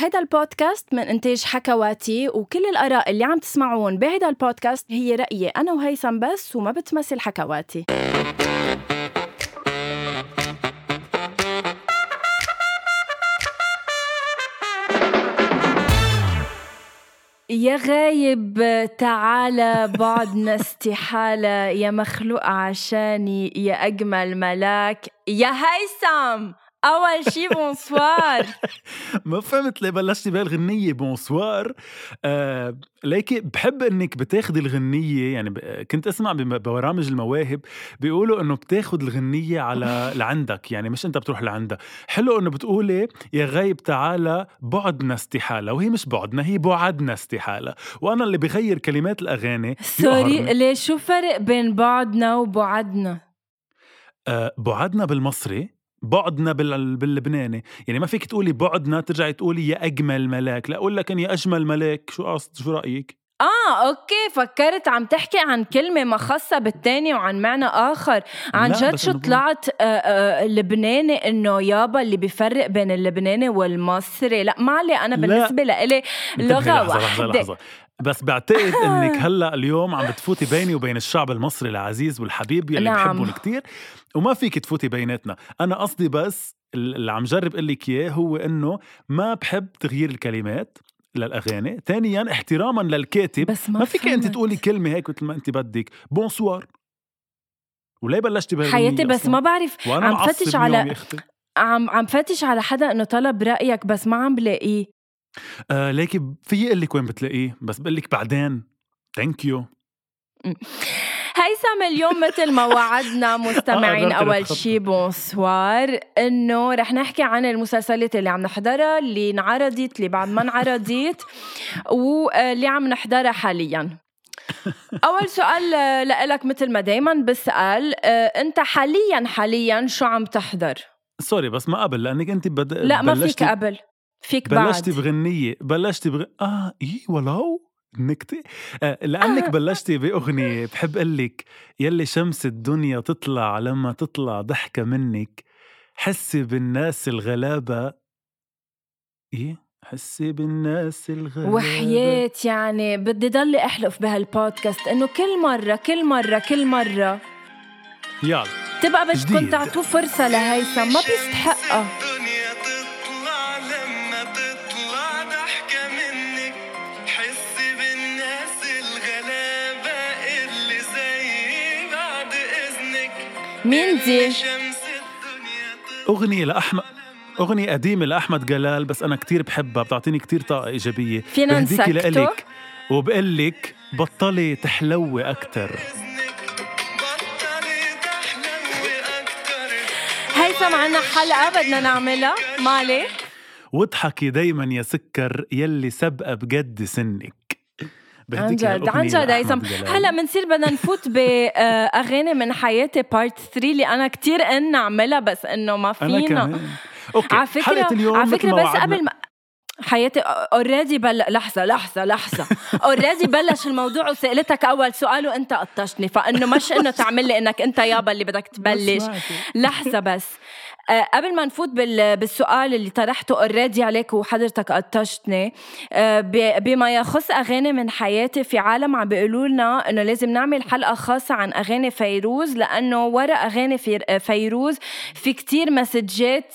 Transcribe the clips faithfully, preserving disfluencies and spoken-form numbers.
هيدا البودكاست من إنتاج حكواتي، وكل الآراء اللي عم تسمعون بهيدا البودكاست هي رأيي أنا وهيثم بس، وما بتمثل حكواتي. يا غايب تعالى بعدنا استحالة، يا مخلوق عشاني يا أجمل ملاك. يا هيثم أول شي بونسوار. ما فهمت ليه بلشتي بهالغنية بونسوار. آه ليكي بحب انك بتاخدي الغنية، يعني ب... كنت اسمع ببرامج المواهب بيقولوا انه بتاخد الغنية على لعندك، يعني مش انت بتروح لعندها. حلو انه بتقولي يا غايب تعالى بعدنا استحالة، وهي مش بعدنا، هي بعدنا استحالة. وانا اللي بغير كلمات الاغاني. سوري ليش شو فرق بين بعدنا وبعدنا؟ آه بعدنا بالمصري، بعدنا بال... باللبناني. يعني ما فيك تقولي بعدنا ترجعي تقولي يا أجمل ملاك، لا أقول لك أني أجمل ملاك. شو قصد؟ شو رأيك؟ آه أوكي، فكرت عم تحكي عن كلمة مخصة بالتاني وعن معنى آخر. عن جد شو طلعت آه آه لبناني إنه يابا اللي بيفرق بين اللبناني والمصري؟ لا ما علي، أنا بالنسبة لإلي لغة واحدة. لحظة لحظة. بس بعتقد انك هلا اليوم عم بتفوتي بيني وبين الشعب المصري العزيز والحبيب يلي نعم. بحبهم كتير، وما فيك تفوتي بيناتنا. انا قصدي بس اللي عم جرب قلك اياه هو انه ما بحب تغيير الكلمات للاغاني. ثانيا احتراما للكاتب، بس ما, ما فيك انت تقولي كلمه هيك مثل ما انت بدك بونسوار. وليه بلشتي بهالغنية حياتي؟ بس أصلاً؟ ما بعرف، عم فتش على عم عم فتش على حدا انه طلب رايك بس ما عم بلاقيه. آه ليكي في قلك وين بتلاقيه، بس بقلك بعدين. ثانك يو هيثم. اليوم مثل ما وعدنا مستمعين أول شي بونسوار، إنه رح نحكي عن المسلسلات اللي عم نحضرها، اللي انعرضت، اللي بعد ما انعرضت، واللي عم نحضرها حاليا. أول سؤال لإلك مثل ما دايما بسأل، أنت حاليا حاليا شو عم تحضر؟ سوري بس ما قبل، لأنك أنت بد... لا ما فيك قبل، فيك بعد. بلشتي بغنية، بلشتي بغ... آه إيه ولو نكتة. آه لأنك بلشتي بأغنية بحب قلك يلي شمس الدنيا تطلع لما تطلع ضحكة منك، حسي بالناس الغلابة. إيه حسي بالناس الغلابة. وحياة يعني بدي ضل أحلف بهالبودكاست إنه كل مرة كل مرة كل مرة يلا تبقى بدكم تعطوه فرصة لهيثم، ما بيستحقها. مين دي؟ أغنية لأحمد، أغنية قديمة لأحمد جلال، بس أنا كتير بحبها، بتعطيني كتير طاقة إيجابية. فينا نسكته لإلك وبقلك بطلي تحلوي أكتر. هيثم عنا حلقة بدنا نعملها مالي. واضحكي دايما يا سكر يلي سبقة بجد سنك. عن جد عن جد هيثم. هلا منصير بدنا نفوت بأغاني من حياتي بارت ثري اللي أنا كتير إن نعملها بس إنه ما فينا. على فكرة على فكرة بس قبل ما حياتي اوريدي بل لحظة لحظة لحظة اوريدي بلش الموضوع وسألتك أول سؤال وأنت قطشتني، فإنه مش إنه تعمل لي إنك أنت يابا اللي بدك تبلش. لحظة بس أه قبل ما نفوت بالسؤال اللي طرحته اوريدي عليك وحضرتك قطشتني. أه بما يخص أغاني من حياتي، في عالم عم بيقولوا لنا إنه لازم نعمل حلقة خاصة عن أغاني فيروز، لأنه وراء أغاني فيروز في كتير مسجات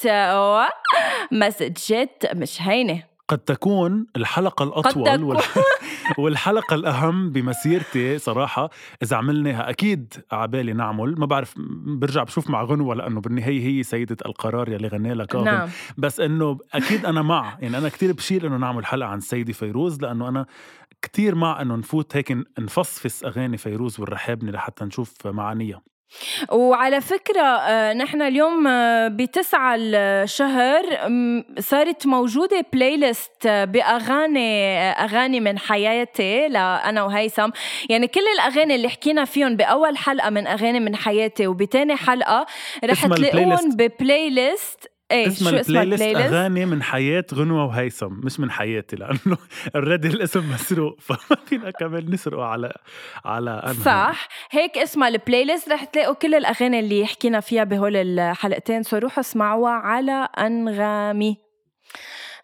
مسجات مش هينة. قد تكون الحلقة الأطول وال... والحلقة الأهم بمسيرتي صراحة إذا عملناها. أكيد عبالي نعمل، ما بعرف برجع بشوف مع غنوة لأنه بالنهاية هي سيدة القرار يلي غنى لها كاظم. نعم. بس إنه أكيد أنا مع، يعني أنا كتير بشيل إنه نعمل حلقة عن سيدي فيروز، لأنه أنا كتير مع إنه نفوت هيك نفصفص أغاني فيروز والرحابني لحتى نشوف معانيها. وعلى فكرة نحن اليوم بتسعة الشهر صارت موجودة بلاي ليست بأغاني أغاني من حياتي لأنا وهيثم. يعني كل الأغاني اللي حكينا فيهم بأول حلقة من أغاني من حياتي وبتاني حلقة رح تلاقون ببلاي ليست. ايه اسم البلاي ليست أغاني من حياة غنوة وهيثم، مش من حياتي لأنه الرد الاسم مسروق، فما فينا كمان نسرقه على على أنها. صح هيك اسمها البلاي ليست، رح تلاقوا كل الأغاني اللي حكينا فيها بهول الحلقتين، سو روحوا اسمعوها على أنغامي.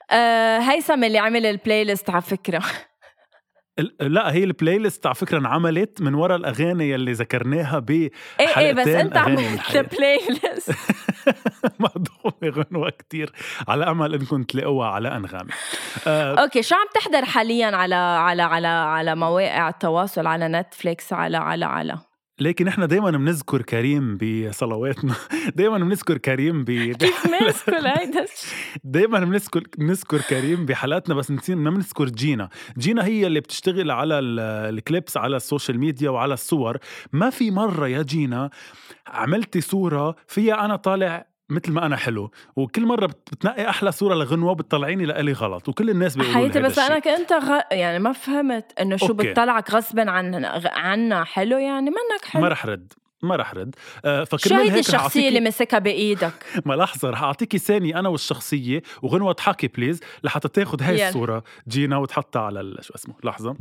أه هيثم اللي عمل البلاي ليست على فكرة. لا هي البلاي ليست على فكرة انعملت من وراء الأغاني اللي ذكرناها بحلقتين. ايه ايه بس انت عملت البلاي ليست. مهضومة غنوة كتير، على أمل إنكم تلاقوها على أنغامي. أه أوكي، شو عم تحضر حاليا على على على على مواقع التواصل، على نتفليكس، على على على لكن احنا دايما بنذكر كريم بصلواتنا. دايما بنذكر كريم ب كيف بنذكر هيدا دايما بنذكر بنذكر كريم بحالاتنا، بس نسينا ما بنذكر جينا. جينا هي اللي بتشتغل على الكليبس على السوشيال ميديا وعلى الصور. ما في مرة يا جينا عملتي صورة فيها أنا طالع مثل ما أنا حلو، وكل مرة بتنقي أحلى صورة لغنوة بتطلعيني لألي غلط، وكل الناس بيقولوا حياتي. بس أنا كنت غ... يعني ما فهمت إنه شو أوكي. بتطلعك غصبا عن عنا حلو، يعني منك حلو. ما رح رد ما رح رد أه شو هيدي الشخصية اللي مسكها بإيدك؟ ما لحظة، رح أعطيكي ثاني أنا والشخصية وغنوة تحكي بليز لحتى تاخد هاي يل. الصورة جينا وتحطها على ال... شو اسمه لحظة.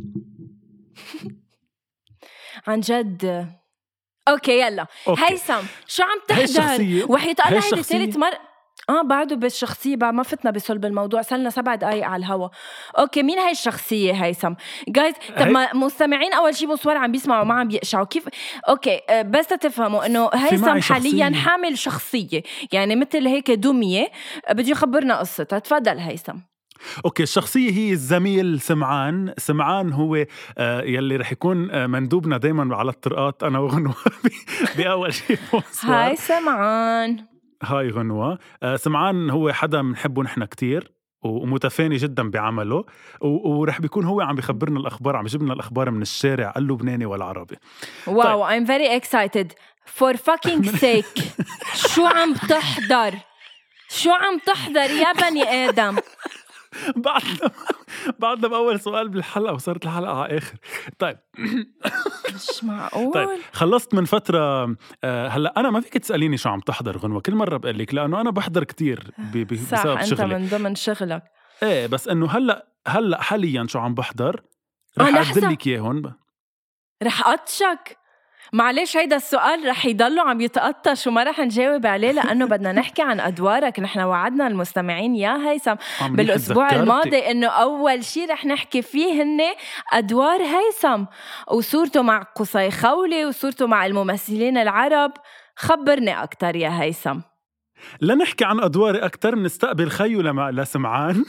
عن جد اوكي يلا هيثم شو عم تحضر؟ وحياة الله هيدي ثالث مرة اه بعده بالشخصية، بعد ما فتنا بصلب الموضوع، صلنا سبع دقايق على الهوا. اوكي مين هاي الشخصية هيثم؟ جايز طب ما مستمعين اول شي بصور عم بيسمعوا ما عم بيقشعوا كيف؟ اوكي بس تفهموا انه هيثم حاليا حامل شخصية، يعني مثل هيك دمية، بده يخبرنا قصتها. تفضل هيثم. اوكي الشخصيه هي الزميل سمعان. سمعان هو آه يلي رح يكون آه مندوبنا دايما على الطرقات انا وغنوة باول شيء. هاي سمعان. هاي غنوة. آه سمعان هو حدا بنحبه نحن كتير ومتفاني جدا بعمله، ورح بيكون هو عم بيخبرنا الاخبار، عم يجيب لنا الاخبار من الشارع اللبناني والعربي. واو I'm very excited for fucking sake. شو عم تحضر؟ شو عم تحضر يا بني آدم؟ بعدنا بعدنا بأول سؤال بالحلقة وصارت الحلقة على آخر. طيب مش معقول. طيب خلصت من فترة. هلأ أنا ما فيك تسأليني شو عم تحضر غنوة، كل مرة بقول لك لأنه أنا بحضر كتير بسبب شغلي. صح أنت من ضمن شغلك. إيه بس إنه هلأ هلأ حاليا شو عم بحضر رح أعدلك إياهن. رح أطشك معلش، هيدا السؤال رح يضلوا عم يتقطش وما رح نجاوب عليه لأنه بدنا نحكي عن أدوارك. نحن وعدنا المستمعين يا هيثم بالأسبوع الماضي إنه أول شي رح نحكي فيه هن أدوار هيثم وصورته مع قصي خولي وصورته مع الممثلين العرب. خبرني أكتر يا هيثم. لا نحكي عن أدواري أكتر، نستقبل خيو لما لسمعان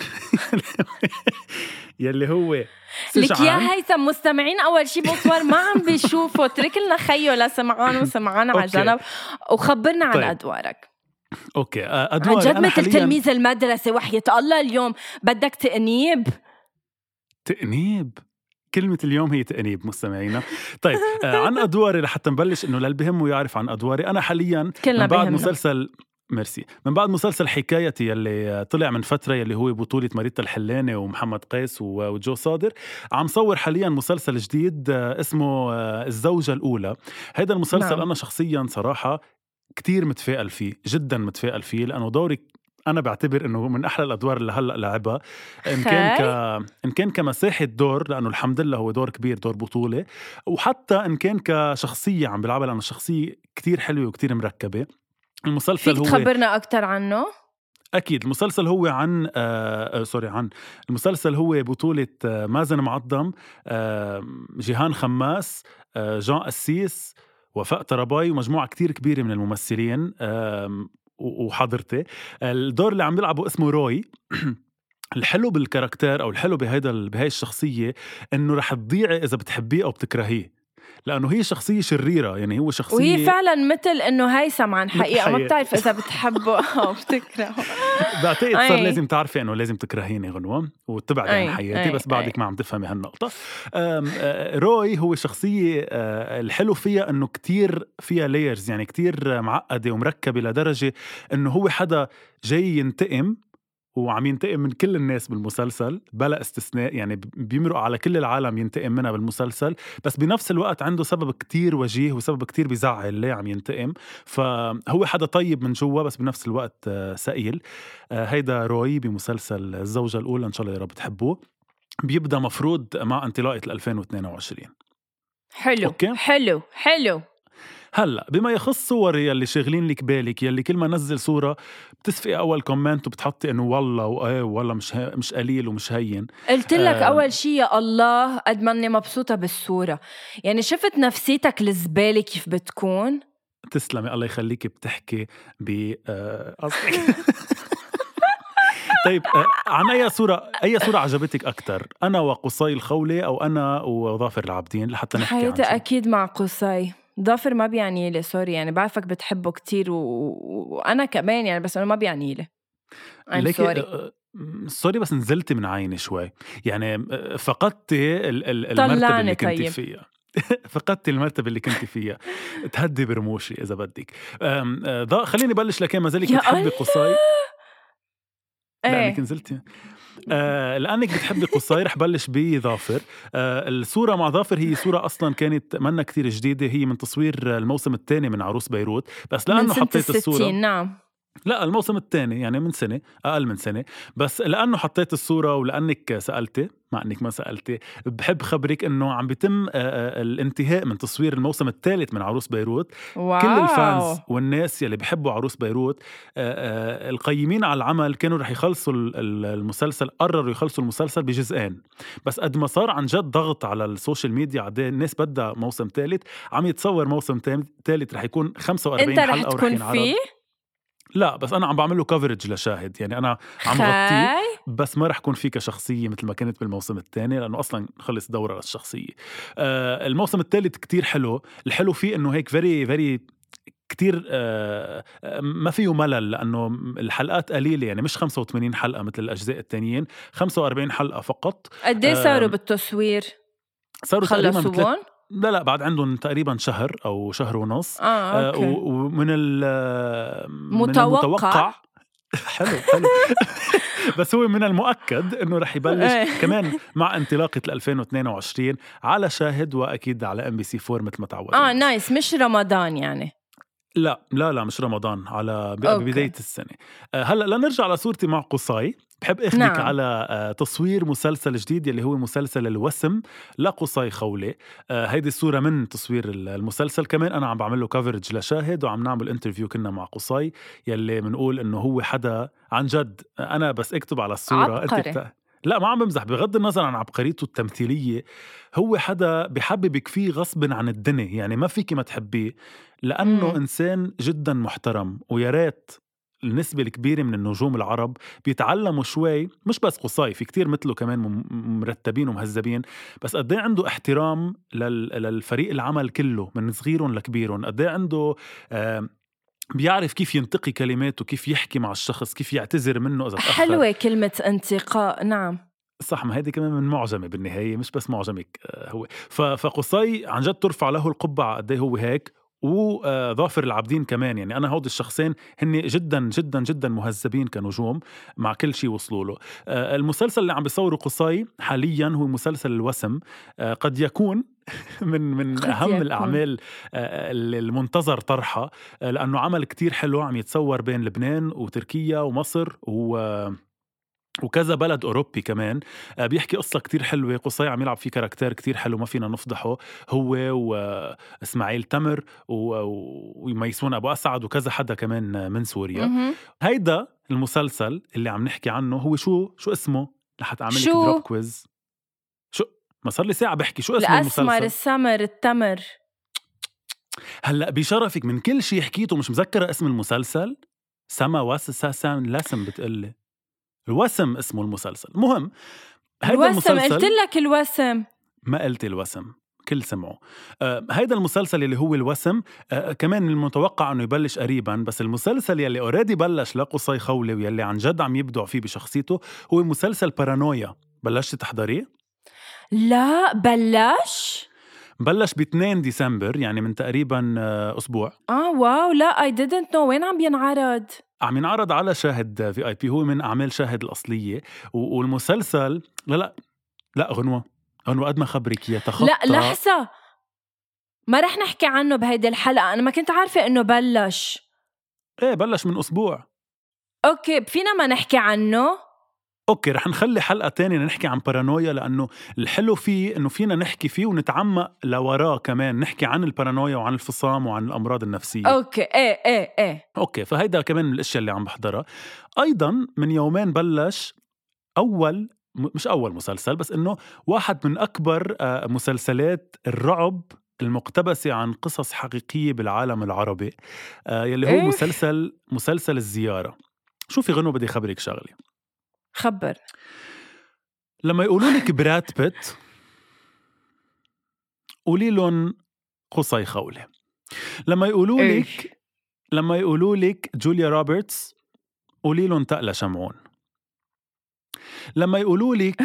يلي هو لك يا هيثم. مستمعين أول شي بصور ما عم بيشوفوا، ترك لنا خيو لسمعان وسمعان على جنب وخبرنا عن طيب. أدوارك. أوكي أدواري عن جد مثل تلميذ المدرسة وحياة الله. اليوم بدك تأنيب تأنيب كلمة اليوم هي تأنيب مستمعينا. طيب عن أدواري لحتى نبلش إنه للي بهمه يعرف عن أدواري. أنا حاليا من بعد بهمنا. مسلسل ميرسي من بعد مسلسل حكايتي يلي طلع من فترة يلي هو بطولة مريتا الحلاني ومحمد قيس وجو صادر، عم صور حاليا مسلسل جديد اسمه الزوجة الأولى. هذا المسلسل نعم. أنا شخصيا صراحة كتير متفائل فيه، جدا متفائل فيه، لأنه دوري أنا بعتبر إنه من أحلى الأدوار اللي هلأ لعبها، إن كان ك إن كان كمساحة دور، لأنه الحمد لله هو دور كبير، دور بطولة، وحتى إن كان كشخصية عم بلعبها، لأنه الشخصية كتير حلوة وكتير مركبة. المسلسل هو تخبرنا أكتر عنه؟ أكيد. المسلسل هو عن آه سوري عن المسلسل هو بطولة آه مازن معظم، آه جيهان خماس، آه جان أسيس، وفاء طرباي، ومجموعة كتير كبيرة من الممثلين آه وحضرتي. الدور اللي عم بيلعبه اسمه روي. الحلو بالكاركتر أو الحلو بهيدا بهاي الشخصية إنه رح تضيعي إذا بتحبيه أو بتكرهيه، لأنه هي شخصية شريرة. يعني هو شخصية وهي فعلا مثل إنه هيثم عن حقيقة ما بتعرف إذا بتحبه أو بتكرهه. بعتقد صار لازم تعرفي إنه لازم تكرهيني غنوة وتبعدي عن حياتي، بس بعدك ما عم تفهمي هالنقطة. روي هو شخصية الحلو فيها إنه كتير فيها لايرز، يعني كتير معقدة ومركبة لدرجة إنه هو حدا جاي ينتقم وعم ينتقم من كل الناس بالمسلسل بلا استثناء، يعني بيمرق على كل العالم ينتقم منها بالمسلسل، بس بنفس الوقت عنده سبب كتير وجيه وسبب كتير بيزعل ليه عم ينتقم. فهو حدا طيب من جوا بس بنفس الوقت سئيل. هيدا روي بمسلسل الزوجة الأولى، إن شاء الله يا رب تحبوه. بيبدأ مفروض مع انطلاقة ألفين واثنين وعشرين. حلو أوكي؟ حلو حلو. هلا بما يخص صور يلي شاغلين لك بالك، يلي كل ما نزل صورة بتسفقي أول كومنت وبتحطي إنه والله وآه والله مش مش قليل ومش هين. قلت لك آه أول شي يا الله قد ما أني مبسوطة بالصورة، يعني شفت نفسيتك الزبالة كيف بتكون. تسلمي الله يخليك بتحكي بقصدك. طيب عن أي صورة أي صورة عجبتك أكتر، أنا وقصي الخولة أو أنا وظافر العابدين لحتى نحكي حياتي أكيد مع قصي. ظافر ما بيعني لي سوري، يعني بعرفك بتحبه كتير و... وأنا كمان يعني، بس أنا ما بيعني لي. I'm sorry. سوري بس نزلتي من عيني شوي، يعني فقدتي المرتبة اللي كنت طيب. فيها. فقدتي المرتبة اللي كنت فيها. تهدي برموشي إذا بدك. خليني بلش لكن ما زالك بتحبي قصي. لأنك نزلتي آه لأنك بتحبي قصي رح بلش بظافر. آه الصورة مع ظافر هي صورة أصلا كانت منا كتير جديدة، هي من تصوير الموسم الثاني من عروس بيروت، بس لأنه حطيت الصورة نعم لا الموسم الثاني يعني من سنة أقل من سنة، بس لأنه حطيت الصورة ولأنك سألتي مع أنك ما سألتي بحب خبرك أنه عم بيتم الانتهاء من تصوير الموسم الثالث من عروس بيروت. واو. كل الفانز والناس يلي بيحبوا عروس بيروت القيمين على العمل كانوا رح يخلصوا المسلسل، قرروا يخلصوا المسلسل بجزئين، بس قد ما صار عن جد ضغط على السوشيال ميديا عدين الناس بدها موسم ثالث، عم يتصور موسم ثالث رح يكون خمسة وأربعين حلقة. أنت رح تكون فيه؟ لا بس أنا عم بعمل له كفرج لشاهد، يعني أنا عم غطيه بس ما رح كون فيه كشخصية مثل ما كانت بالموسم الثاني لأنه أصلاً خلص دورة للشخصية. آه الموسم الثالث كتير حلو، الحلو فيه إنه هيك very very كتير آه ما فيه ملل لأنه الحلقات قليلة، يعني مش خمسة وثمانين حلقة مثل الأجزاء التانيين، خمسة وأربعين حلقة فقط. قديه صاروا بالتصوير؟ صاروا تقريباً لا لا بعد عندهم تقريبا شهر أو شهر ونص. آه، أوكي. آه ومن المتوقع حلو حلو بس هو من المؤكد إنه رح يبلش كمان مع انطلاقة ألفين واثنين وعشرين على شاهد وأكيد على إم بي سي فور مثل ما تعودنا. آه نايس، مش رمضان يعني؟ لا لا لا مش رمضان، على بداية السنة. آه هلأ لنرجع لصورتي مع قصي. بحب أخذك نعم. على آه تصوير مسلسل جديد اللي هو مسلسل الوسم لقصي خولة. آه هيدي الصورة من تصوير المسلسل، كمان أنا عم بعمل له كفرج لشاهد وعم نعمل انترفيو كنا مع قصي يلي منقول إنه هو حدا عن جد. أنا بس اكتب على الصورة عبقري. أنت بتا... لا ما عم بمزح، بغض النظر عن عبقريته التمثيلية هو حدا بحببك فيه غصب عن الدنيا، يعني ما فيكي ما تحبيه لأنه م. إنسان جدا محترم. ويا ريت النسبة الكبيرة من النجوم العرب بيتعلموا شوي، مش بس قصي، في كتير مثله كمان مرتبين ومهذبين، بس قديه عنده احترام للفريق العمل كله من صغيرهم لكبيرهم، قديه عنده آه بيعرف كيف ينتقي كلماته، كيف يحكي مع الشخص، كيف يعتذر منه إذا تأخر. حلوة كلمة انتقاء. نعم صح، ما هيدي كمان من معجمة بالنهاية، مش بس معجمك هو. فقصي عن جد ترفع له القبعة قديه هو هيك. وظافر العابدين كمان، يعني أنا هود الشخصين هن جدا جدا جدا مهذبين كنجوم مع كل شيء وصلوا له. المسلسل اللي عم بيصوره قصي حاليا هو مسلسل الوسم. قد يكون من من أهم يكون. الأعمال المنتظر طرحها، لأنه عمل كتير حلو عم يتصور بين لبنان وتركيا ومصر و وكذا بلد أوروبي كمان. بيحكي قصة كتير حلوة. قصي عم يلعب فيه كاركتير كتير حلو ما فينا نفضحه، هو وإسماعيل تمر وميسون أبو أسعد وكذا حدا كمان من سوريا. هيدا المسلسل اللي عم نحكي عنه هو شو شو اسمه؟ لحتى أعمل لك دروب كويز. شو ما صار لي ساعة بحكي شو اسمه المسلسل؟ الأسمر السمر التمر. هلأ بشرفك من كل شي حكيته مش مذكرة اسم المسلسل. سما واس ساسان لاسم بتقلي الوسم اسمه المسلسل. مهم هيدا الوسم المسلسل قلت لك الوسم ما قلت الوسم كل سمعه. آه هيدا المسلسل اللي هو الوسم آه كمان المتوقع انه يبلش قريبا، بس المسلسل يلي اوريدي بلش لقصي خولة ويلي عن جد عم يبدع فيه بشخصيته هو مسلسل بارانويا. بلشت تحضريه؟ لا بلش بلش باثنين ديسمبر، يعني من تقريبا آه أسبوع. اه واو لا I didn't know. وين عم بينعرض؟ عم ينعرض على شاهد في آي بي، هو من أعمال شاهد الأصلية. والمسلسل لا لا لا غنوة غنوة قد ما خبرك يتخطى. لا لحظة، ما رح نحكي عنه بهيدي الحلقة. أنا ما كنت عارفة إنه بلش. إيه بلش من أسبوع. أوكي فينا ما نحكي عنه؟ اوكي رح نخلي حلقة تانية نحكي عن بارانويا، لأنه الحلو فيه إنه فينا نحكي فيه ونتعمق لوراه كمان، نحكي عن البارانويا وعن الفصام وعن الأمراض النفسية. اوكي ايه ايه ايه اوكي فهيدا كمان من الاشياء اللي عم بحضرها. ايضا من يومين بلش اول مش اول مسلسل، بس انه واحد من اكبر مسلسلات الرعب المقتبسة عن قصص حقيقية بالعالم العربي، يلي هو إيه؟ مسلسل مسلسل الزيارة. شوفي غنوة، بدي خبرك شغلي. خبر. لما يقولوا لك براد بيت قولي لهم قصي خولة. لما يقولوا لك لما يقولوا لك جوليا روبرتس قولي لهم تقلى شمعون. لما يقولوا لك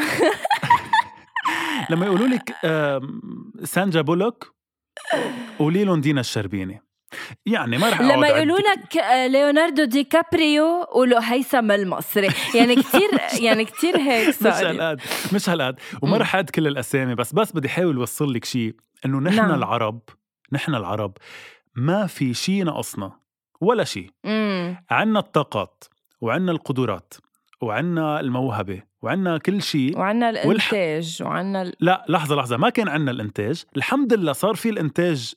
لما يقولوا لك سانجا بولوك قولي لهم دينا الشربيني. يعني ما رح لما يقولوا لك ليوناردو دي كابريو قولوا هيثم المصري. يعني كتير يعني كتير هيك صار. مش هالقد مش هالقد وما رح أعد كل الأسامي، بس بس بدي حاول وصل لك شيء، إنه نحن نعم. العرب نحن العرب ما في شيء ناقصنا ولا شيء. عنا الطاقات وعنا القدرات وعنا الموهبة وعنا كل شيء وعنا الإنتاج والح... وعنا ال... لا لحظة لحظة ما كان عنا الإنتاج. الحمد لله صار في الإنتاج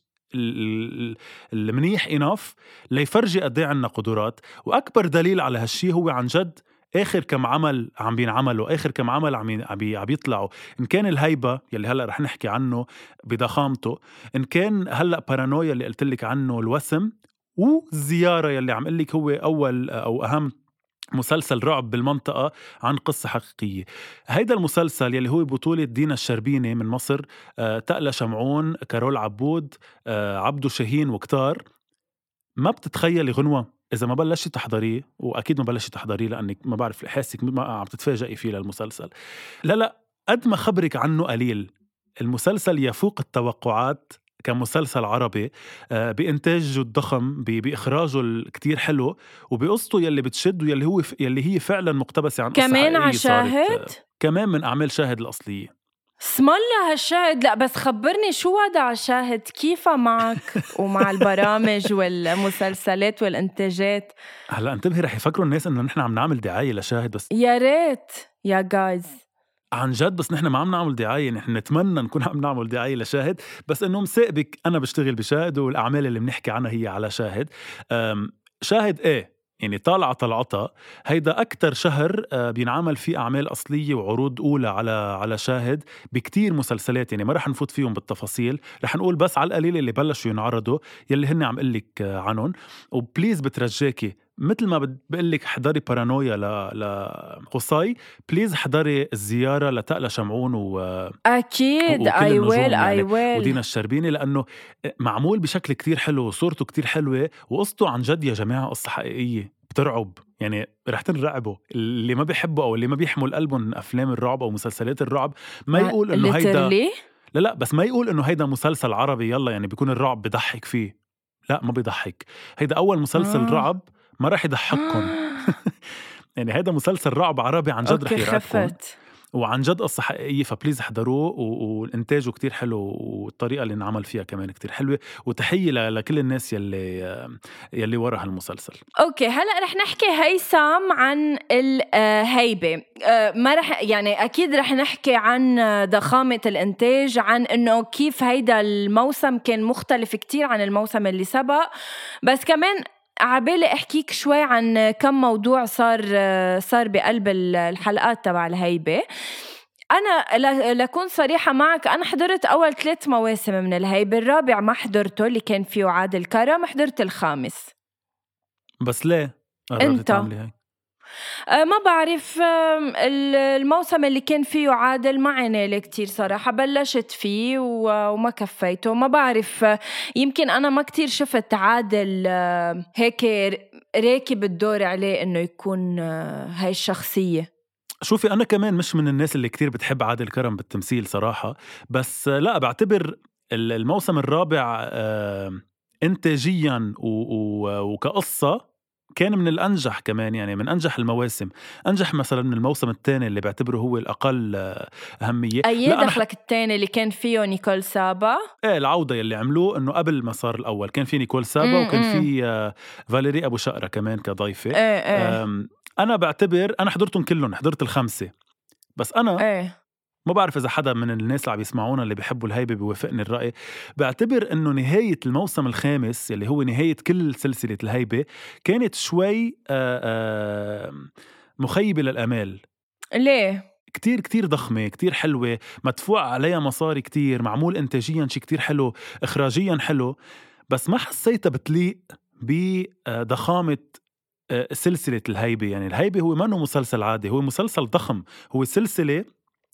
المنيح إناف ليفرجي قدي عنا قدرات. وأكبر دليل على هالشي هو عن جد آخر كم عمل عم بينعملوا، آخر كم عمل عم عم بيطلعوا، إن كان الهيبة يلي هلأ رح نحكي عنه بضخامته، إن كان هلأ بارانويا اللي قلتلك عنه الوسم، والزيارة يلي عم قلك هو أول أو أهم مسلسل رعب بالمنطقة عن قصة حقيقية. هيدا المسلسل يلي هو بطولة دينا الشربيني من مصر، آه، تقلى شمعون، كارول عبود، آه، عبدو شاهين وكتار. ما بتتخيلي غنوة إذا ما بلشي تحضريه، وأكيد ما بلشي تحضريه لأنك ما بعرف حاسك ما عم تتفاجئي فيه للمسلسل. لا لا قد ما خبرك عنه قليل. المسلسل يفوق التوقعات كمسلسل عربي، بإنتاجه الضخم، بإخراجه الكتير حلو، وبقصته يلي بتشد ويلي هو يلي هي فعلا مقتبسة عن قصة كمان على شاهد، كمان من أعمال شاهد الأصلية. اسم الله هالشاهد. لا بس خبرني شو وضع شاهد، كيفه معك ومع البرامج والمسلسلات والإنتاجات؟ هلا انتبهي رح يفكروا الناس إنه نحن عم نعمل دعاية لشاهد، بس يا ريت يا جايز عن جد، بس نحن ما عم نعمل دعاية. نحن نتمنى نكون عم نعمل دعاية لشاهد، بس إنه مسابق أنا بشتغل بشاهد والأعمال اللي بنحكي عنها هي على شاهد. شاهد إيه يعني طالعة طلعتها. هيدا أكتر شهر بينعمل فيه أعمال أصلية وعروض أولى على على شاهد بكتير مسلسلات، يعني ما رح نفوت فيهم بالتفاصيل، رح نقول بس على القليل اللي بلشوا ينعرضوا يلي هن عم قلك عنهم. وبليز بترجاكي مثل ما بقلك حضري بارانويا لقصي، بليز حضري الزيارة لتقلى شمعون و أكيد أي ويل أي ويل ودينا الشربيني، لأنه معمول بشكل كتير حلو وصورته كتير حلوة وقصته عن جد يا جماعة قصة حقيقية بترعب. يعني رح تنرعبوا. اللي ما بيحبوا أو اللي ما بيحمل قلبهم من أفلام الرعب أو مسلسلات الرعب ما يقول إنه هيدا لا لا بس ما يقول إنه هيدا مسلسل عربي يلا يعني بيكون الرعب بضحك فيه. لا ما بيضحك. هيدا أول مسلسل آه. رعب ما راح يضحككم. يعني هيدا مسلسل رعب عربي عن جد رح يرعبكم وعن جد قصة حقيقية. فبليز احضروه، والإنتاجه كتير حلو والطريقة اللي نعمل فيها كمان كتير حلوة. وتحية لكل الناس يلي يلي ورا هالمسلسل. أوكي هلأ رح نحكي هيثم عن الهيبة. ما رح يعني أكيد رح نحكي عن ضخامة الإنتاج، عن إنه كيف هيدا الموسم كان مختلف كتير عن الموسم اللي سبق، بس كمان عبالي احكيك شوي عن كم موضوع صار صار بقلب الحلقات تبع الهيبة. انا لكون صريحة معك، انا حضرت اول ثلاث مواسم من الهيبة، الرابع ما حضرته اللي كان فيه عادل كرم، حضرت الخامس. بس ليه انت ما بعرف، الموسم اللي كان فيه عادل ما عينالي كتير صراحة، بلشت فيه وما كفيته. ما بعرف، يمكن أنا ما كتير شفت عادل هيك راكب الدور عليه إنه يكون هاي الشخصية. شوفي أنا كمان مش من الناس اللي كتير بتحب عادل كرم بالتمثيل صراحة، بس لا بعتبر الموسم الرابع إنتاجيا وكقصة كان من الأنجح كمان، يعني من أنجح المواسم. أنجح مثلا من الموسم الثاني اللي بعتبره هو الأقل أهمية. أي دخلك الثاني اللي كان فيه نيكول سابا؟ إيه العودة يلي عملوه إنه قبل ما صار الأول كان فيه نيكول سابا وكان فيه فاليري أبو شقرة كمان كضيفة. إيه إيه. أنا بعتبر أنا حضرتهم كلهم، حضرت الخمسة، بس أنا ايه ما بعرف إذا حدا من الناس اللي عم يسمعونا اللي بيحبوا الهيبة بيوافقني الرأي. بعتبر إنه نهاية الموسم الخامس اللي هو نهاية كل سلسلة الهيبة كانت شوي آآ آآ مخيبة للأمال. ليه؟ كتير كتير ضخمة، كتير حلوة، مدفوع عليها مصاري كتير، معمول إنتاجيا شي كتير حلو، إخراجيا حلو، بس ما حسيتها بتليق بضخامة سلسلة الهيبة. يعني الهيبة هو ما انه مسلسل عادي، هو مسلسل ضخم، هو سلسلة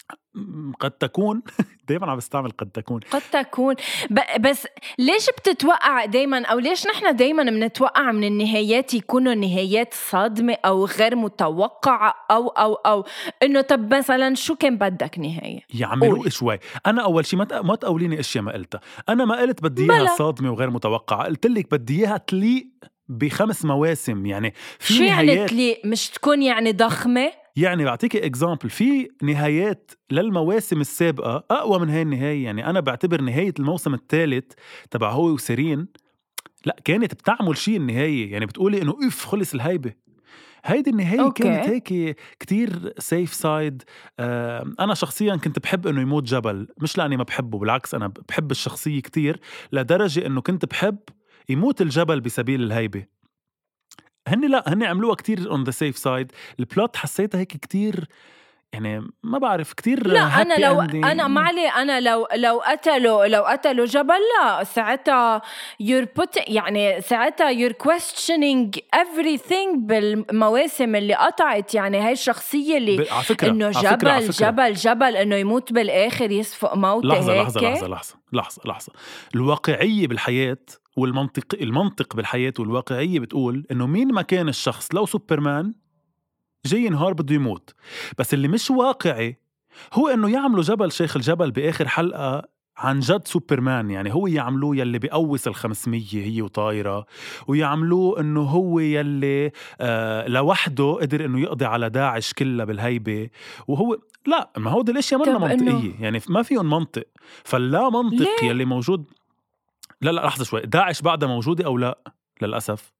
قد تكون دايما عم بستعمل قد تكون قد تكون ب- بس ليش بتتوقع دايما، او ليش نحن دايما بنتوقع من النهايات يكونوا نهايات صادمة او غير متوقعة، او او او انه طب مثلا شو كان بدك نهاية يعملوا شوي. انا اول شيء ما ما تقوليني اشياء ما قلتها، انا ما قلت بدي اياها صادمة وغير متوقعة، قلت لك بدي اياها تليق بخمس مواسم. يعني في شو نهايات يعني تليق، مش تكون يعني ضخمة. يعني بعطيكي اكزامبل، في نهايات للمواسم السابقة أقوى من هاي النهاية. يعني أنا بعتبر نهاية الموسم الثالث تبع هو وسيرين لا كانت بتعمل شيء النهاية، يعني بتقولي إنه إف خلص الهيبة. هيدي النهاية أوكي. كانت هيك كتير سيف سايد. آه أنا شخصيا كنت بحب إنه يموت جبل، مش لأني ما بحبه، بالعكس أنا بحب الشخصية كتير لدرجة إنه كنت بحب يموت الجبل بسبيل الهيبة. هني لا هني عملوها كتير on the safe side. البلوت حسيتها هيك كتير، يعني ما بعرف كتير. لا أنا لو ending. أنا ما علي، أنا لو لو قتلوا لو قتلوا جبل لا ساعتها you're put يعني ساعتها you're questioning everything بالمواسم اللي قطعت. يعني هاي الشخصية اللي إنه جبل فكرة جبل جبل إنه يموت بالآخر يسفق موته. لحظة هيك لحظة لحظة لحظة لحظة لحظة الواقعية بالحياة والمنطق المنطق بالحياة والواقعية بتقول إنه مين ما كان الشخص لو سوبرمان جاي نهار بده يموت. بس اللي مش واقعي هو إنه يعملوا جبل شيخ الجبل بآخر حلقة عن جد سوبرمان. يعني هو يعملوه يلي بيقوس الخمسمية هي وطايرة، ويعملوه إنه هو يلي آه لوحده قدر إنه يقضي على داعش كلها بالهيبة. وهو لا، ما هو دي الاشياء منا منطقية، يعني ما فيهم منطق. فلا منطق ليه؟ يلي موجود. لا لا لحظة شوي، داعش بعدها موجودة أو لا؟ للأسف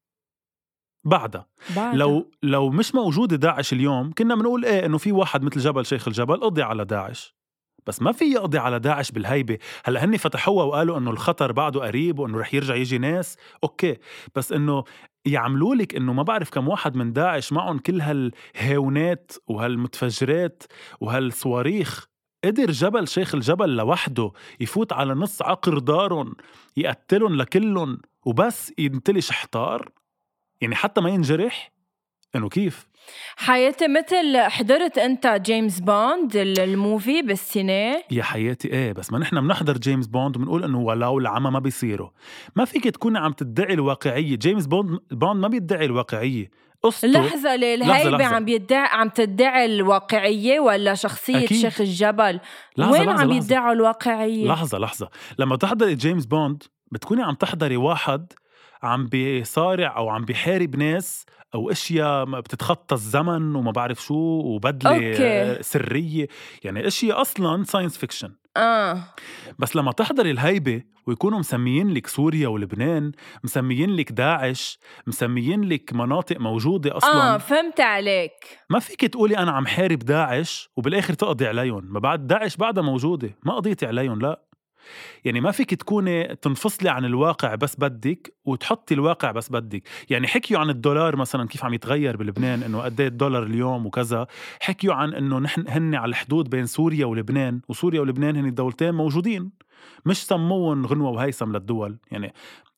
بعدها. لو لو مش موجودة داعش اليوم كنا بنقول ايه انه في واحد مثل جبل شيخ الجبل قضي على داعش، بس ما في يقضي على داعش بالهيبة. هلا هني فتحوها وقالوا انه الخطر بعده قريب وانه رح يرجع يجي ناس اوكي، بس انه يعملوا لك انه ما بعرف كم واحد من داعش معهم كل هالهاونات وهالمتفجرات وهالصواريخ، قدر جبل شيخ الجبل لوحده يفوت على نص عقر دارهم يقتلن لكلن وبس ينتلي شحطار، يعني حتى ما ينجرح. انه كيف حياتي مثل حضرت انت جيمس بوند الموفي بالسينما؟ يا حياتي ايه، بس ما نحن بنحضر جيمس بوند وبنقول انه ولو العمى ما بيصيروا. ما فيك تكون عم تدعي الواقعية. جيمس بوند بوند ما بيدعي الواقعية. لحظة الهيبة عم بيدعي عم تدعي الواقعية ولا شخصية أكيد. شيخ الجبل لحظة وين لحظة عم لحظة. يدعوا الواقعية؟ لحظة لحظة لما تحضري جيمس بوند بتكوني عم تحضري واحد عم بيصارع أو عم بيحارب ناس أو أشياء بتتخطى الزمن وما بعرف شو وبدلة أوكي. سرية، يعني أشياء أصلاً ساينس فيكشن. آه. بس لما تحضري الهيبة ويكونوا مسميين لك سوريا ولبنان، مسميين لك داعش، مسميين لك مناطق موجودة أصلاً. آه فهمت عليك. ما فيك تقولي أنا عم حارب داعش وبالآخر تقضي عليهم. ما بعد داعش بعدها موجودة، ما قضيتي عليهم. لا، يعني ما فيك تكوني تنفصلي عن الواقع بس بدك وتحطي الواقع بس بدك. يعني حكيوا عن الدولار مثلا كيف عم يتغير بلبنان، انه قد ايه الدولار اليوم وكذا. حكيوا عن انه نحن هن على الحدود بين سوريا ولبنان، وسوريا ولبنان هن الدولتين موجودين، مش سموهم غنوة وهيثم للدول. يعني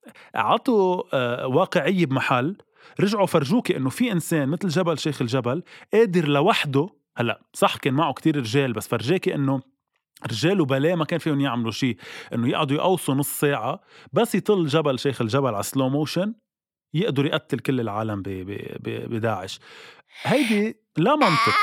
عطوا آه واقعية بمحل، رجعوا فرجوك انه في انسان مثل جبل شيخ الجبل قادر لوحده. هلا صح كان معه كتير رجال، بس فرجاكي انه رجال وبلاء ما كان فيهم يعملوا شيء، انه يقعدوا يقوصوا نص ساعة بس يطل جبل شيخ الجبل على سلو موشن يقدر يقتل كل العالم بداعش. هيدي لا منطق.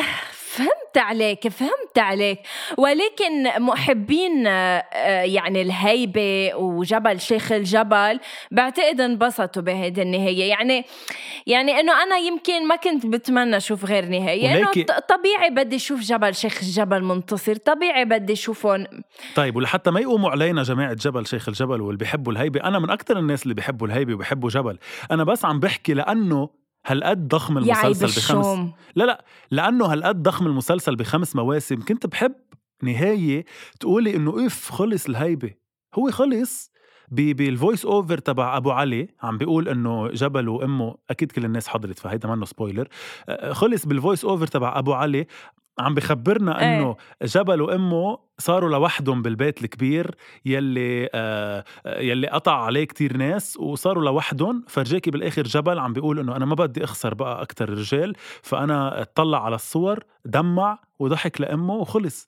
فهمت عليك فهمت عليك ولكن محبين يعني الهيبة وجبل شيخ الجبل بعتقد انبسطوا بهيدي النهاية. يعني يعني انه انا يمكن ما كنت بتمنى اشوف غير نهاية، انه طبيعي بدي اشوف جبل شيخ الجبل منتصر، طبيعي بدي اشوفهم. طيب ولحتى ما يقوموا علينا جماعة جبل شيخ الجبل واللي بيحبوا الهيبة، انا من اكتر الناس اللي بيحبوا الهيبة وبيحبوا جبل. انا بس عم بحكي لانه هالقد ضخم المسلسل بخمس لا لا لأنه هالقد ضخم المسلسل بخمس مواسم كنت بحب نهاية تقولي إنه إف خلص الهيبة. هو خلص بالفويس أوفر تبع أبو علي عم بيقول إنه جبل وأمه، أكيد كل الناس حضرت فهيدا منه سبويلر. خلص بالفويس أوفر تبع أبو علي عم بخبرنا إنه جبل وأمه صاروا لوحدهم بالبيت الكبير يلي آه يلي قطع عليه كتير ناس وصاروا لوحدهم. فرجاكي بالآخر جبل عم بيقول إنه أنا ما بدي أخسر بقى أكتر رجال، فأنا اطلع على الصور دمع وضحك لأمه وخلص.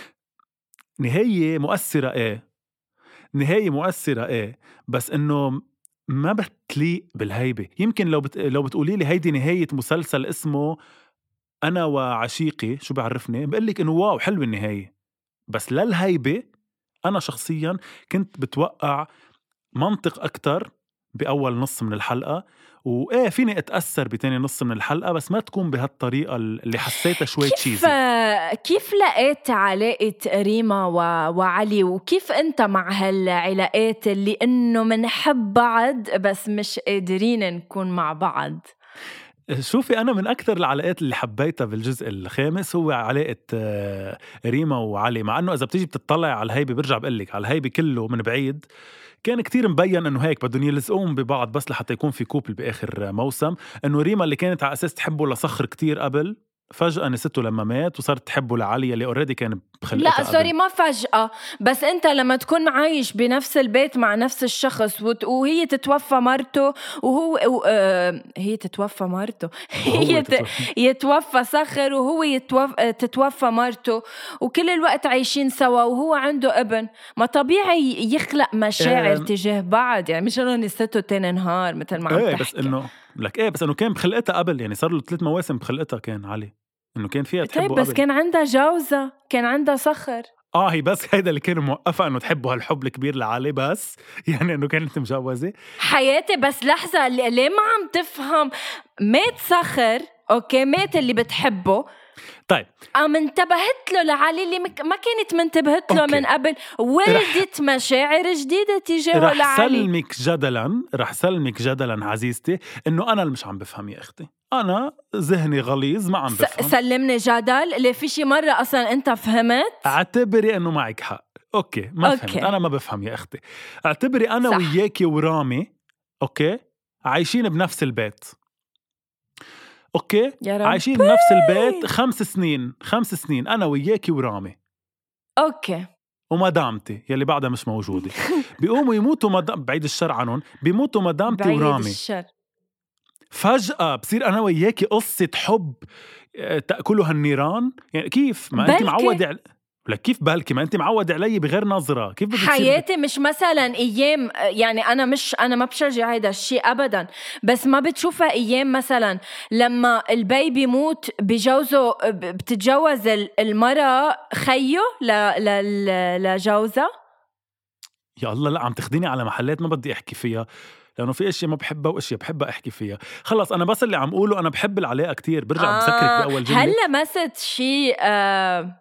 نهاية مؤثرة إيه نهاية مؤثرة إيه بس إنه ما بتليق بالهيبة. يمكن لو بت... لو بتقولي لي هيدي نهاية مسلسل اسمه أنا وعشيقي شو بعرفني بقلك إنه واو حلو النهاية، بس للهيبة أنا شخصيا كنت بتوقع منطق أكتر بأول نص من الحلقة، وإيه فيني أتأثر بتاني نص من الحلقة بس ما تكون بهالطريقة اللي حسيتها شوي تشيزي. كيف لقيت علاقة ريما و... وعلي، وكيف أنت مع هالعلاقات اللي إنه منحب بعض بس مش قادرين نكون مع بعض؟ شوفي أنا من أكتر العلاقات اللي حبيتها بالجزء الخامس هو علاقة ريما وعلي، مع أنه إذا بتيجي بتطلع على الهيبة برجع بقلك على الهيبة كله من بعيد كان كتير مبين انه هيك بدهم يلزقون ببعض بس لحتى يكون في كوبل باخر موسم. انه ريما اللي كانت على اساس تحبه لصخر كتير قبل فجأة نسيته لما مات وصارت تحبه لعلي اللي اوريدي كان بخلقتها. لا سوري ما فجأة، بس انت لما تكون عايش بنفس البيت مع نفس الشخص وت... وهي تتوفى مرته وهو و... آه... هي تتوفى مرته هي ت... يتوفى صخر وهو يتوفى تتوفى مرته وكل الوقت عايشين سوا وهو عنده ابن، ما طبيعي يخلق مشاعر أم... تجاه بعض. يعني مش انه نسيته تاني نهار مثل ما عم ايه تحكي. بس انه لك ايه بس انه كان بخلقتها قبل، يعني صار له ثلاث مواسم بخلقتها كان علي انه كان فيها تحبه. طيب بس قبل. كان عندها جوزة، كان عندها صخر. اه هي بس هيدا اللي كان موقفة انه تحبه هالحب الكبير لعلي، بس يعني انه كانت مجوزة حياتي. بس لحظة، ليه ما عم تفهم؟ مات صخر اوكي، مات اللي بتحبه. طيب ام انتبهت له لعلي اللي ما كانت منتبهت له أوكي. من قبل، ولدت رح... مشاعر جديدة تجاهه لعلي. رح سلمك جدلا رح سلمك جدلا عزيزتي انه انا اللي مش عم بفهم يا اختي، انا ذهني غليظ ما عم بفهم. سلمني جدل اللي في شي مرة اصلا انت فهمت. اعتبري انه معك حق اوكي ما أوكي. فهمت، انا ما بفهم يا اختي. اعتبري انا صح. وياكي ورامي اوكي عايشين بنفس البيت اوكي عايشين بنفس البيت خمس سنين خمس سنين انا وياكي ورامي اوكي ومدامتي يلي بعدها مش موجوده. بيقوموا يموتوا مدام بعيد الشر عنهم، بيموتوا مدامتي بعيد ورامي الشر. فجأة بصير انا وياكي قصة حب تأكلها النيران. يعني كيف ما انت معود على... لك كيف بالكي ما انت معود علي بغير نظرة، كيف بدك حياتي مش مثلا ايام، يعني انا مش انا ما بشجع هيدا الشيء ابدا، بس ما بتشوفها ايام مثلا لما البيبي يموت بجوزه بتتجوز المرأة خيه لجوزها. يا الله لا عم تخديني على محلات ما بدي احكي فيها، لأنه في أشياء ما بحبها وأشياء بحبها أحكي فيها. خلص أنا بس اللي عم أقوله أنا بحب العلاقة كتير. برجع آه بسكرك بأول جملة. هل لمست شيء آه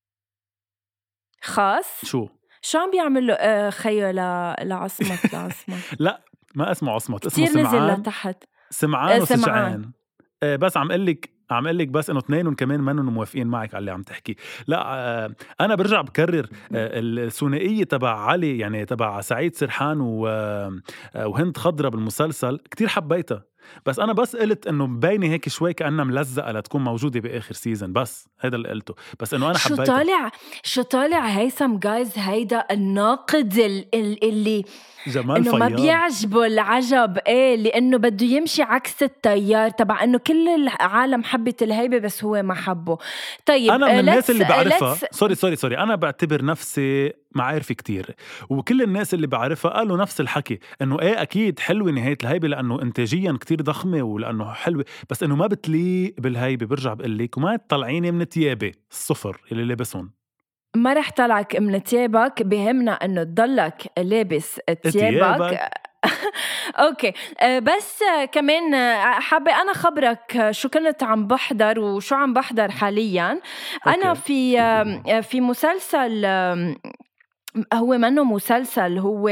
خاص؟ شو؟ شو عم بيعمل آه خيو لعصمت لعصمت لا ما اسمه عصمت، اسمه سمعان. كتير نزل لتحت. سمعان وسجعان. آه بس عم قلك عم قلك بس انه اثنينهم كمان ما انهم موافقين معك على اللي عم تحكي. لا آه انا برجع بكرر آه الثنائيه تبع علي يعني تبع سعيد سرحان وهند خضرة بالمسلسل كتير حبيتها، بس انا بس قلت انه مبينه هيك شوي كأنها ملزقه لتكون موجوده باخر سيزن، بس هذا اللي قلته. بس انه انا حبيتها. شو طالع شو طالع هيثم جايز هيدا الناقد اللي جمال انه فياض. ما بيعجبه العجب ايه، لانه بده يمشي عكس التيار تبع انه كل العالم حبت الهيبه بس هو ما حبه. طيب انا من الناس اللي بعرفها سوري سوري سوري انا بعتبر نفسي معارفي كتير وكل الناس اللي بعرفها قالوا نفس الحكي انه ايه اكيد حلوه نهايه الهيبه لانه انتاجيا كتير ضخمه ولانه حلوه، بس انه ما بتليق بالهيبه. برجع بقول لك وما تطلعيني من تيابي الصفر اللي لابسهم. ما رح طلعك من تيابك، بهمنا انه تضلك لابس تيابك. اوكي بس كمان حابة انا خبرك شو كنت عم بحضر وشو عم بحضر حاليا. انا في في مسلسل هو منه مسلسل، هو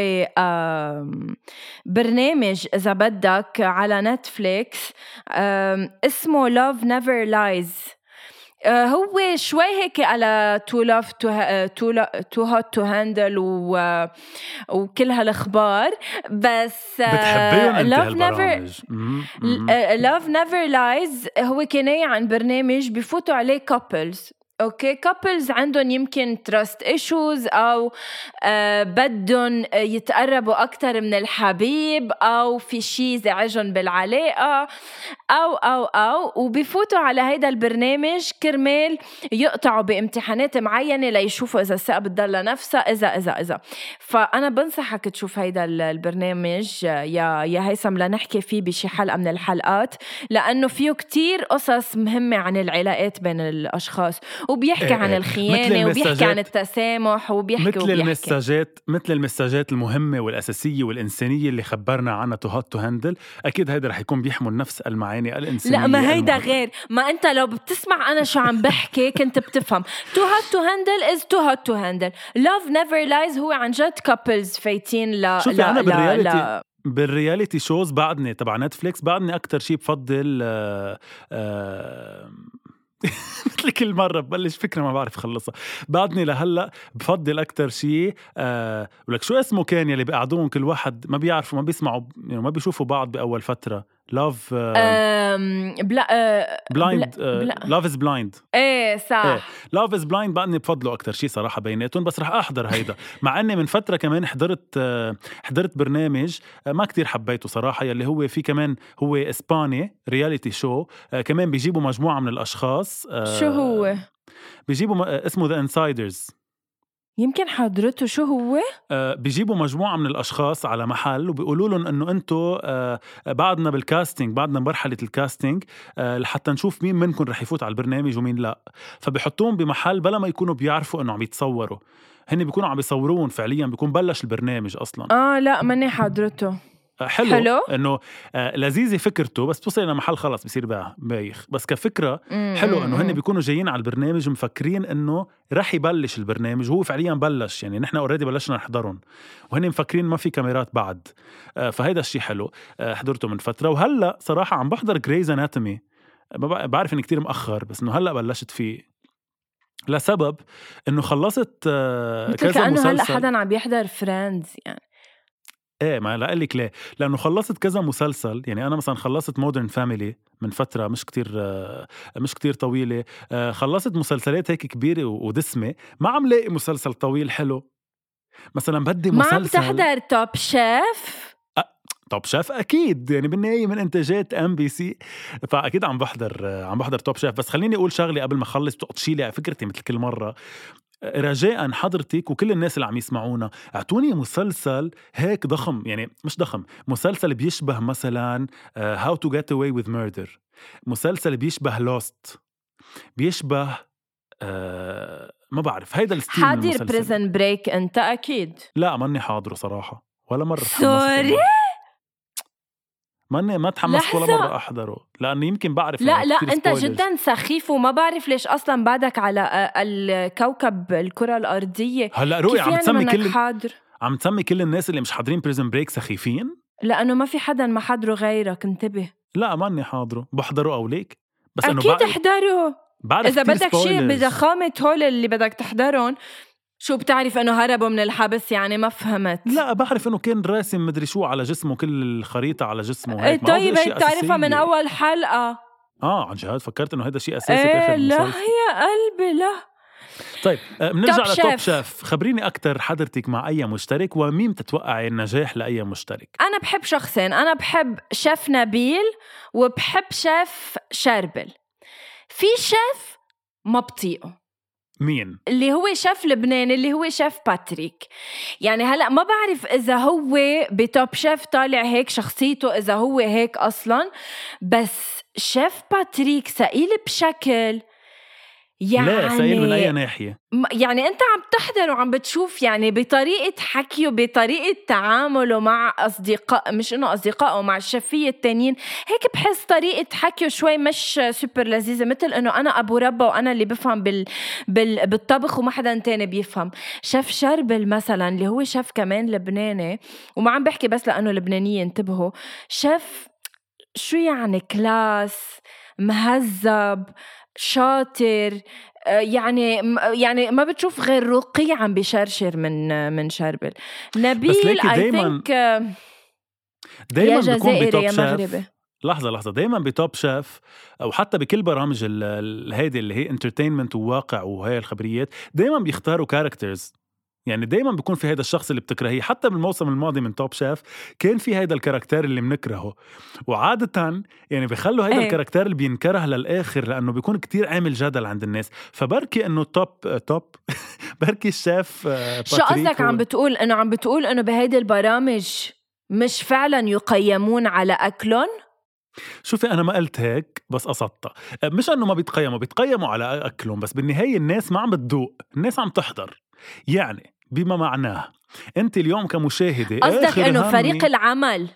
برنامج إذا بدك على نتفليكس اسمه Love Never Lies. هو شوي هيك على to love to, to, to hot to handle و, وكل هالأخبار، بس love never love never lies هو كناية عن برنامج بيفوتوا عليه couples. اوكي كابلز عندهم يمكن تراست ايشوز او آه بدهم يتقربوا اكتر من الحبيب او في شيء زعجهم بالعلاقه او او او وبيفوتوا على هيدا البرنامج كرمال يقطعوا بامتحانات معينه ليشوفوا اذا الثقه بتضل نفسها اذا اذا اذا فانا بنصحك تشوف هيدا البرنامج يا يا هيثم لنحكي فيه بشي حلقه من الحلقات، لانه فيه كتير قصص مهمه عن العلاقات بين الاشخاص، وبيحكي عن الخيانة وبيحكي عن التسامح وبيحكي مثل وبيحكي. المساجات مثل المساجات المهمة والأساسية والإنسانية اللي خبرنا عنها تو هات تو هاندل. أكيد هيدا رح يكون بيحمل نفس المعاني الإنسانية. لا ما هيدا غير، ما أنت لو بتسمع أنا شو عم بحكي كنت بتفهم. تو هات تو هاندل is to hot to handle. Love never lies هو عن جد couples فايتين لا شوفي لا أنا بالرياليتي لا بالرياليتي شوز بعدني تبع نتفليكس بعدني أكتر شيء بفضل آه آه مثل كل مرة ببلش فكرة ما بعرف خلصها. بعدني لهلأ بفضل أكتر شيء أه ولك شو اسمه كان يلي بيقعدون كل واحد ما بيعرفوا ما بيسمعوا يعني ما بيشوفوا بعض بأول فترة. Love بلا blind Love is blind. ايه صح إيه. Love is blind بعدني بفضله أكتر شيء صراحة بيناتهم، بس رح أحضر هيدا مع أني من فترة كمان حضرت حضرت برنامج ما كتير حبيته صراحة يلي هو في كمان هو إسباني رياليتي شو كمان بيجيبوا مجموعة من الأشخاص. شو هو؟ بيجيبوا اسمه The Insiders. يمكن حضرته. شو هو؟ آه بيجيبوا مجموعة من الأشخاص على محل وبيقولوا لهم أنه أنتوا آه بعدنا بالكاستينج بعدنا مرحلة الكاستينج آه لحتى نشوف مين منكم رح يفوت على البرنامج ومين لا. فبيحطوهم بمحل بلا ما يكونوا بيعرفوا أنه عم يتصوروا، هن بيكونوا عم يصورون فعليا، بيكون بلش البرنامج أصلا. آه لا ماني حضرته. حلو, حلو. انه آه لذيذه فكرته، بس توصل لمحل خلص بصير بايخ. بس كفكره حلو انه هن بيكونوا جايين على البرنامج مفكرين انه رح يبلش البرنامج وهو فعليا بلش، يعني نحن اوريدي بلشنا نحضرهم وهن مفكرين ما في كاميرات بعد. آه فهيدا الشيء حلو. آه حضرته من فتره وهلا صراحه عم بحضر جريز اناتومي. بعرف اني كتير مأخر بس انه هلا بلشت فيه لسبب انه خلصت آه كذا مسلسل. كأنه هلا حدا عم يحضر فريندز يعني. ايه ما لا لك ليه، لانه خلصت كذا مسلسل. يعني انا مثلا خلصت مودرن فاميلي من فتره مش كتير مش كتير طويله. خلصت مسلسلات هيك كبيره ودسمه، ما عم لاقي مسلسل طويل حلو. مثلا بدي مسلسل. ما عم تحضر توب شيف؟ توب شيف اكيد، يعني بالنهايه من انتاجات ام بي سي، فاكيد عم بحضر عم بحضر توب شيف. بس خليني اقول شغله قبل ما اخلص تقطشي لي فكرتي مثل كل مره. رجاءً حضرتك وكل الناس اللي عم يسمعونا اعطوني مسلسل هيك ضخم، يعني مش ضخم، مسلسل بيشبه مثلا How to Get Away with Murder، مسلسل بيشبه Lost، بيشبه آه ما بعرف هيدا الستيل من المسلسل. حاضر بريزن بريك انت اكيد؟ لا ماني حاضره صراحة ولا مرة. سوري ماني ما تحمست ولا مرة أحضره لأنه يمكن بعرف. لا لا أنت جدا سخيف وما بعرف ليش أصلا بعدك على الكوكب الكرة الأرضية. هلا روقي عم تسمي كل حاضر. عم تسمي كل الناس اللي مش حاضرين بريزن بريك سخيفين، لأنه ما في حدا ما حضره غيرك، انتبه. لا ماني حاضره، بحضره أوليك بس أنه أكيد احضره إذا بدك شيء بضخامة هول اللي بدك تحضرون. شو بتعرف انه هربوا من الحبس يعني؟ ما فهمت. لا بعرف انه كان راسم مدري شو على جسمه، كل الخريطة على جسمه هيك. طيب بتعرفها من اول حلقة. اه عن جهاد فكرت انه هذا شيء اساسي. ايه لا يا قلبي لا. طيب بنرجع لتوب شيف. خبريني اكتر حضرتك مع اي مشترك ومين تتوقعي النجاح لاي مشترك؟ انا بحب شخصين، انا بحب شيف نبيل وبحب شيف شربل. في شيف ما بطيقه. مين؟ اللي هو شيف لبنان اللي هو شيف باتريك. يعني هلأ ما بعرف إذا هو بتوب شيف طالع هيك شخصيته، إذا هو هيك أصلاً، بس شيف باتريك سئيل بشكل يعني لا سائل من أي ناحية؟ يعني أنت عم تحضر وعم بتشوف يعني بطريقة حكيه بطريقة تعامله مع أصدقاء، مش إنه أصدقائه، مع الشفية التانيين، هيك بحس طريقة حكيه شوي مش سوبر لذيذة، مثل إنه أنا أبو ربا وأنا اللي بفهم بال... بال... بالطبخ وما حدا تاني بيفهم. شيف شربل مثلا اللي هو شيف كمان لبناني، وما عم بحكي بس لأنه لبنانية، انتبهوا، شيف شو يعني كلاس، مهذب، شاطر، يعني يعني ما بتشوف غير رقي عم بيشرشر من من شربل. نبيل I دايماً think دايما بيكون بتوب يا شيف. مغربي. لحظة لحظة دايما بتوب شيف أو حتى بكل برامج هيدي اللي هي انترتينمنت وواقع وهي الخبريات، دايما بيختاروا كاركترز. يعني دايما بيكون في هيدا الشخص اللي بتكرهيه. حتى بالموسم الماضي من توب شيف كان في هيدا الكاركتر اللي بنكرهه، وعادة يعني بيخلوا هيدا ايه. الكاركتر اللي بينكره للآخر لأنه بيكون كتير عامل جدل عند الناس. فبركي إنه توب توب بركي الشيف شو قصدك عم بتقول؟ إنه عم بتقول إنه بهيدي البرامج مش فعلا يقيمون على أكلهم؟ شوفي أنا ما قلت هيك، بس قصدت مش أنه ما بيتقيموا، بيتقيموا على أكلهم، بس بالنهاية الناس ما عم بتدوق، الناس عم تحضر. يعني بما معناه أنت اليوم كمشاهدة قصدك أنه فريق العمل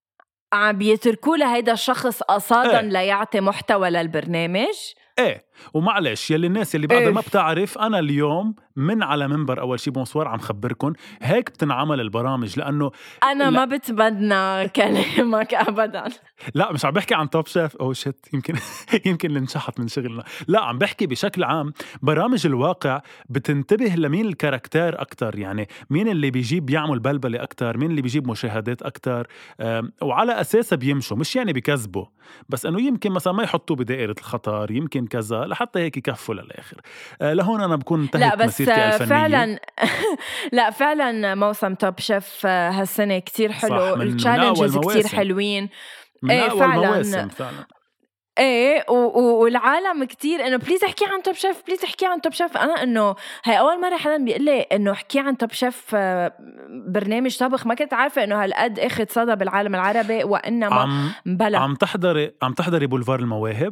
عم بيتركوا لهيدا الشخص قصادا ايه. ليعطي محتوى للبرنامج؟ ايه. ومعلش يلي الناس يلي بعدها ما بتعرف، أنا اليوم من على منبر أول شي بونسوار عم خبركن هيك بتنعمل البرامج. لأنه أنا لا. ما بتبدنا كلامك أبدا. لا مش عم بحكي عن توب شيف أو شت يمكن يمكن ننشحط من شغلنا. لا عم بحكي بشكل عام برامج الواقع بتنتبه لمين الكاركتير أكتر، يعني مين اللي بيجيب يعمل بلبلة أكتر، مين اللي بيجيب مشاهدات أكتر، وعلى أساسه بيمشوا. مش يعني بيكذبوا، بس أنه يمكن مثلا ما يحطوا بدائرة الخطر، يمكن كذا لحتى هيك يكفوا للآخر. أه لهون أنا بكون انتهت مسيرتي الفنية. فعلا لا فعلا موسم توب شيف هالسنة كتير حلو، التشالنجز كتير حلوين. من ايه فعلا فعلا ايه والعالم كتير انه بليز احكي عن توب شيف، بليز احكي عن توب شيف. انا انه هاي اول مره حدا بيقول لي انه احكي عن توب شيف برنامج طبخ. ما كنت عارفه انه هالقد اخذ صدى بالعالم العربي، وانما بلا. عم تحضري عم تحضري بولفار المواهب؟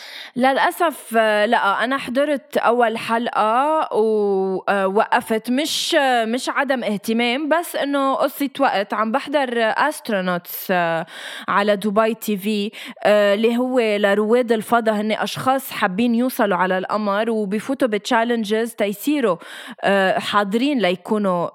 للأسف لا، أنا حضرت أول حلقة ووقفت، مش مش عدم اهتمام، بس إنه قصة وقت. عم بحضر أسترونوتس على دبي تي في، اللي هو لرواد الفضاء، هن أشخاص حابين يوصلوا على القمر وبيفوتوا بتشالنجز تيصيروا حاضرين ليكونوا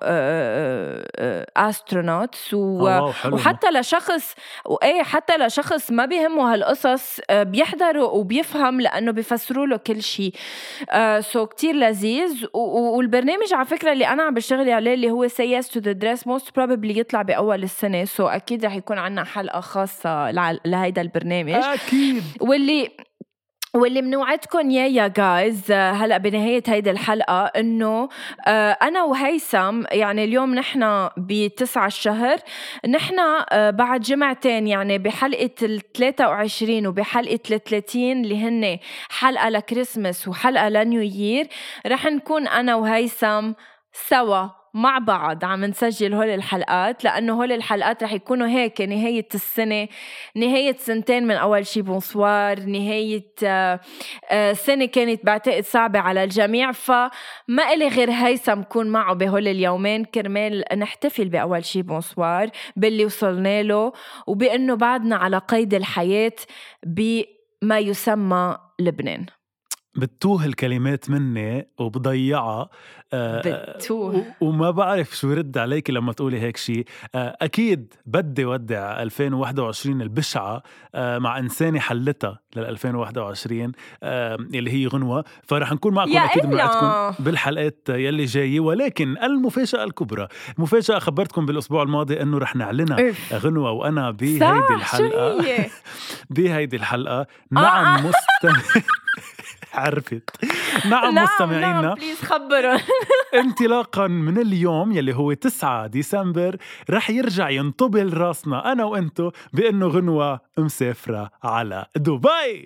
أسترونوتس. وحتى لشخص وإيه حتى لشخص ما بيهمه هالقصص بيحضروا وبيفهم لأنه بيفسروا له كل شيء. آه سو كتير لذيذ. والبرنامج على فكرة اللي أنا عم بشتغل عليه اللي هو Say Yes to the Dress most probably يطلع بأول السنة، سو أكيد رح يكون عنا حلقة خاصة لهيدا البرنامج أكيد. واللي واللي منوعدكم يا يا جايز هلأ بنهاية هيدا الحلقة إنه آه أنا وهيثم، يعني اليوم نحن بتسعة الشهر، نحن آه بعد جمعتين يعني بحلقة الثلاثة وعشرين وبحلقة الثلاثين اللي هن حلقة لكريسمس وحلقة لنيو يير، رح نكون أنا وهيثم سوا مع بعض عم نسجل هول الحلقات، لأنه هول الحلقات رح يكونوا هيك نهاية السنة، نهاية سنتين من أول شي بونسوار، نهاية سنة كانت بعتقد صعبة على الجميع. فما إلي غير هيثم كون معه بهول اليومين كرمال نحتفل بأول شي بونسوار باللي وصلنا له، وبأنه بعدنا على قيد الحياة بما يسمى لبنان. بتوه الكلمات مني وبضيعها بتوه وما بعرف شو رد عليك لما تقولي هيك شيء. أكيد بدي ودع ألفين وواحد وعشرين البشعة مع إنساني حلتها لل ألفين وواحد وعشرين اللي هي غنوة. فرح نكون معكم أكيد بنوعدكم بالحلقات يلي جاية. ولكن المفاجأة الكبرى، المفاجأة خبرتكم بالأسبوع الماضي أنه رح نعلنها غنوة وأنا بهيدي الحلقة بهيدي الحلقة نعم مستمع عرفت نعم, نعم مستمعينا نعم بليز خبروا انطلاقا من اليوم يلي هو تسعة ديسمبر رح يرجع ينطبل راسنا أنا وإنتو بأنه غنوة مسافرة على دبي.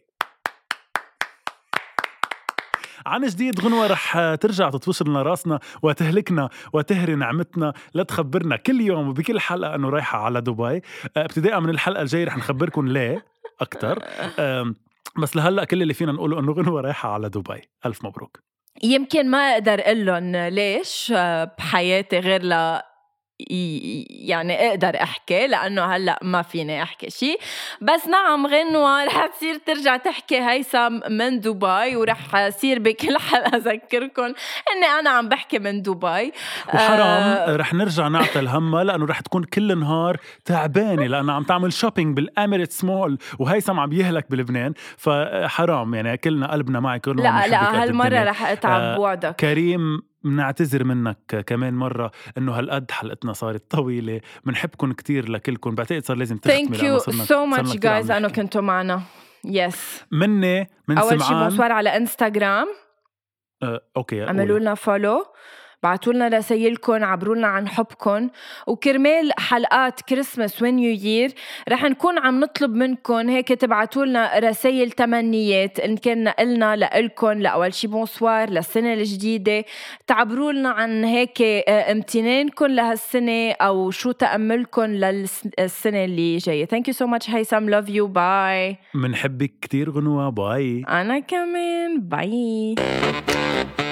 عن جديد غنوة رح ترجع تطوش لنا راسنا وتهلكنا وتهري نعمتنا لتخبرنا كل يوم وبكل حلقة أنه رايحة على دبي. ابتداء من الحلقة الجاية رح نخبركم ليه أكتر. بس لهلا كل اللي فينا نقوله انه غنوة رايحة على دبي. الف مبروك. يمكن ما اقدر اقول لهم ليش بحياتي غير لا يعني اقدر احكي لانه هلا ما فيني احكي شيء. بس نعم غنوة رح تصير ترجع تحكي هيثم من دبي، ورح اصير بكل حلقه اذكركم اني انا عم بحكي من دبي. وحرام آه رح نرجع نعطل همها لانه رح تكون كل نهار تعبانه لانه عم تعمل شوبينج بالاميريتس مول وهيثم عم يهلك بلبنان، فحرام يعني كلنا قلبنا معك. لا لا هالمره رح اتعب آه بوعدك كريم. منعتذر منك كمان مرة إنه هالقد حلقتنا صارت طويلة. منحبكم كتير لكلكم. بعتقد صار لازم تختمي. Thank you so much guys أنه كنتوا معنا. yes مني من أول سمعان. شي بونسوار على انستغرام. أه، أوكي عملوا لنا فولو، بعتوا لنا رسايلكم، عبروا لنا عن حبكم. وكرمال حلقات كريسماس ونيو يير رح نكون عم نطلب منكم هيك تبعتوا لنا رسائل تمنيات إن كان لنا لإلكم لأول شي بونسوار للسنة الجديدة. تعبروا لنا عن هيك امتنانكم لهالسنة أو شو تأملكم للسنة اللي جاية. Thank you so much هيثم. love you. bye. منحبك كتير غنوة. باي. أنا كمان. باي.